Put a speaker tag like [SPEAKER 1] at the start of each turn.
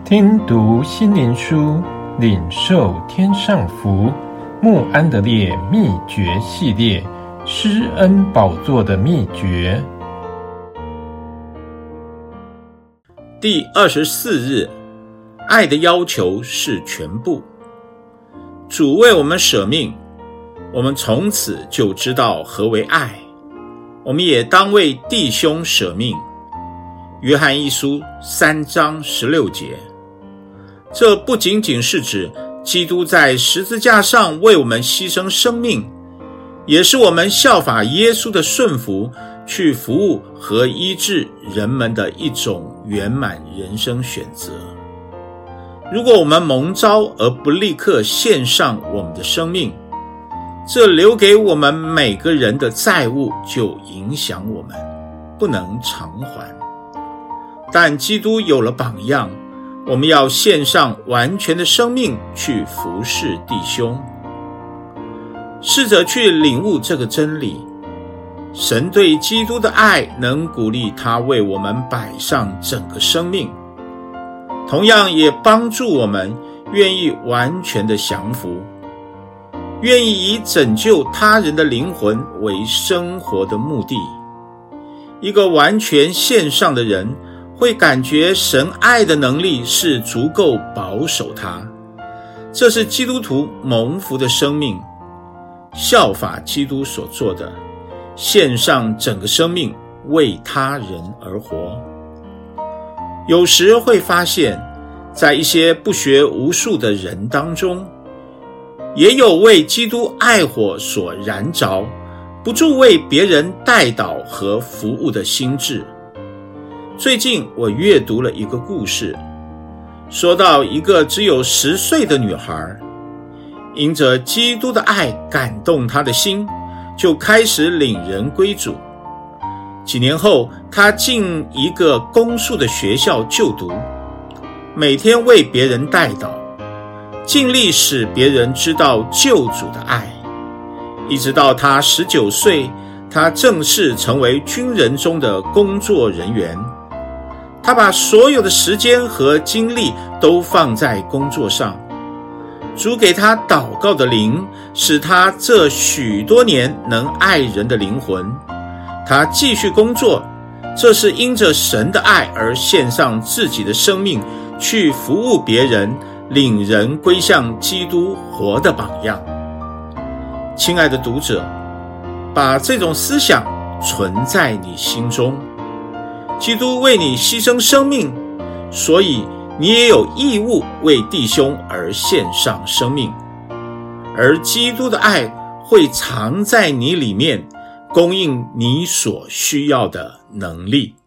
[SPEAKER 1] 听读心灵书，领受天上福。慕安德烈秘诀系列，施恩宝座的秘诀。
[SPEAKER 2] 第24日，爱的要求是全部。主为我们舍命，我们从此就知道何为爱。我们也当为弟兄舍命。约翰一书3章16节。这不仅仅是指基督在十字架上为我们牺牲生命，也是我们效法耶稣的顺服，去服务和医治人们的一种圆满人生选择。如果我们蒙召而不立刻献上我们的生命，这留给我们每个人的债务就影响我们，不能偿还。但基督有了榜样，我们要献上完全的生命去服侍弟兄。试着去领悟这个真理，神对基督的爱能鼓励他为我们摆上整个生命，同样也帮助我们愿意完全的降服，愿意以拯救他人的灵魂为生活的目的。一个完全献上的人会感觉神爱的能力是足够保守他，这是基督徒蒙福的生命。效法基督所做的，献上整个生命为他人而活。有时会发现，在一些不学无术的人当中，也有为基督爱火所燃着，不住为别人代祷和服务的心志。最近我阅读了一个故事，说到一个只有10岁的女孩，因着基督的爱感动她的心，就开始领人归主。几年后，她进一个公宿的学校就读，每天为别人代祷，尽力使别人知道救主的爱。一直到她19岁，她正式成为军人中的工作人员。他把所有的时间和精力都放在工作上。主给他祷告的灵，使他这许多年能爱人的灵魂。他继续工作，这是因着神的爱而献上自己的生命，去服务别人，领人归向基督活的榜样。亲爱的读者，把这种思想存在你心中。基督为你牺牲生命，所以你也有义务为弟兄而献上生命，而基督的爱会藏在你里面，供应你所需要的能力。